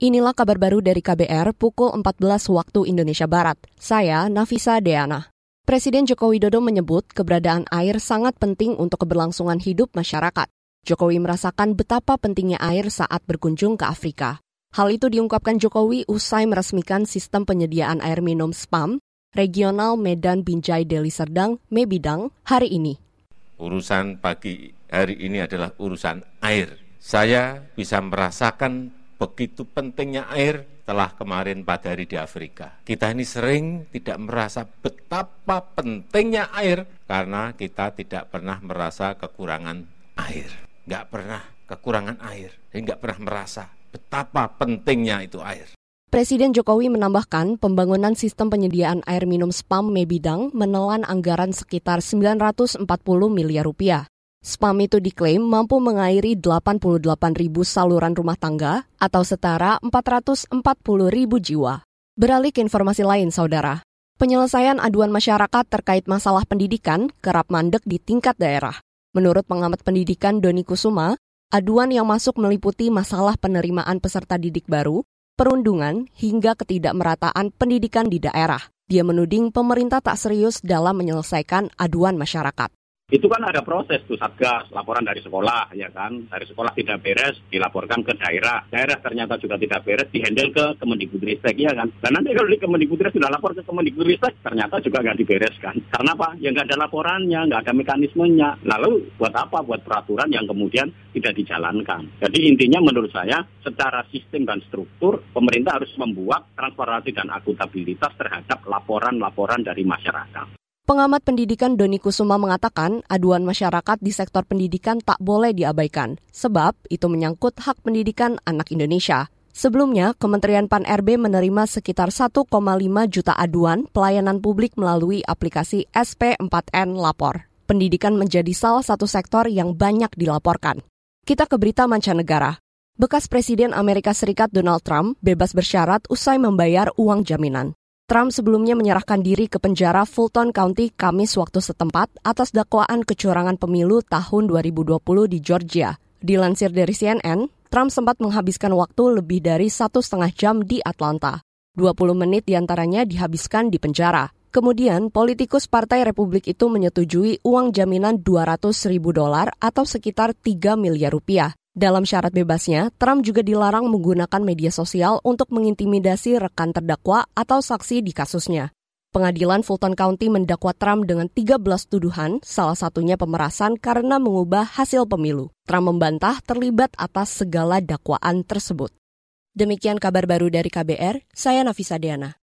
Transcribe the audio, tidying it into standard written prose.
Inilah kabar baru dari KBR pukul 14 waktu Indonesia Barat. Saya Nafisa Deana. Presiden Joko Widodo menyebut keberadaan air sangat penting untuk keberlangsungan hidup masyarakat. Jokowi merasakan betapa pentingnya air saat berkunjung ke Afrika. Hal itu diungkapkan Jokowi usai meresmikan sistem penyediaan air minum SPAM Regional Medan Binjai Deli Serdang Mebidang hari ini. Urusan pagi hari ini adalah urusan air. Saya bisa merasakan begitu pentingnya air setelah kemarin pada hari di Afrika. Kita ini sering tidak merasa betapa pentingnya air karena kita tidak pernah merasa kekurangan air. Nggak pernah kekurangan air. Jadi nggak pernah merasa betapa pentingnya itu air. Presiden Jokowi menambahkan pembangunan sistem penyediaan air minum SPAM Mebidang menelan anggaran sekitar 940 miliar rupiah. SPAM itu diklaim mampu mengairi 88 ribu saluran rumah tangga atau setara 440 ribu jiwa. Beralih ke informasi lain, Saudara. Penyelesaian aduan masyarakat terkait masalah pendidikan kerap mandek di tingkat daerah. Menurut pengamat pendidikan Doni Kusuma, aduan yang masuk meliputi masalah penerimaan peserta didik baru, perundungan, hingga ketidakmerataan pendidikan di daerah. Dia menuding pemerintah tak serius dalam menyelesaikan aduan masyarakat. Itu kan ada proses tuh Satgas, laporan dari sekolah, ya kan. Dari sekolah tidak beres, dilaporkan ke daerah. Daerah ternyata juga tidak beres, dihandle ke Kemendikbudristek, ya kan. Dan nanti kalau di Kemendikbudristek sudah lapor ke Kemendikbudristek, ternyata juga nggak dibereskan. Karena apa? Ya nggak ada laporannya, nggak ada mekanismenya. Lalu buat apa? Buat peraturan yang kemudian tidak dijalankan. Jadi intinya menurut saya, secara sistem dan struktur, pemerintah harus membuat transparansi dan akuntabilitas terhadap laporan-laporan dari masyarakat. Pengamat pendidikan Doni Kusuma mengatakan aduan masyarakat di sektor pendidikan tak boleh diabaikan, sebab itu menyangkut hak pendidikan anak Indonesia. Sebelumnya, Kementerian Pan-RB menerima sekitar 1,5 juta aduan pelayanan publik melalui aplikasi SP4N Lapor. Pendidikan menjadi salah satu sektor yang banyak dilaporkan. Kita ke berita mancanegara. Bekas Presiden Amerika Serikat Donald Trump bebas bersyarat usai membayar uang jaminan. Trump sebelumnya menyerahkan diri ke penjara Fulton County Kamis waktu setempat atas dakwaan kecurangan pemilu tahun 2020 di Georgia. Dilansir dari CNN, Trump sempat menghabiskan waktu lebih dari 1,5 jam di Atlanta. 20 menit diantaranya dihabiskan di penjara. Kemudian, politikus Partai Republik itu menyetujui uang jaminan $200.000 atau sekitar 3 miliar rupiah. Dalam syarat bebasnya, Trump juga dilarang menggunakan media sosial untuk mengintimidasi rekan terdakwa atau saksi di kasusnya. Pengadilan Fulton County mendakwa Trump dengan 13 tuduhan, salah satunya pemerasan karena mengubah hasil pemilu. Trump membantah terlibat atas segala dakwaan tersebut. Demikian kabar baru dari KBR, saya Nafisa Deana.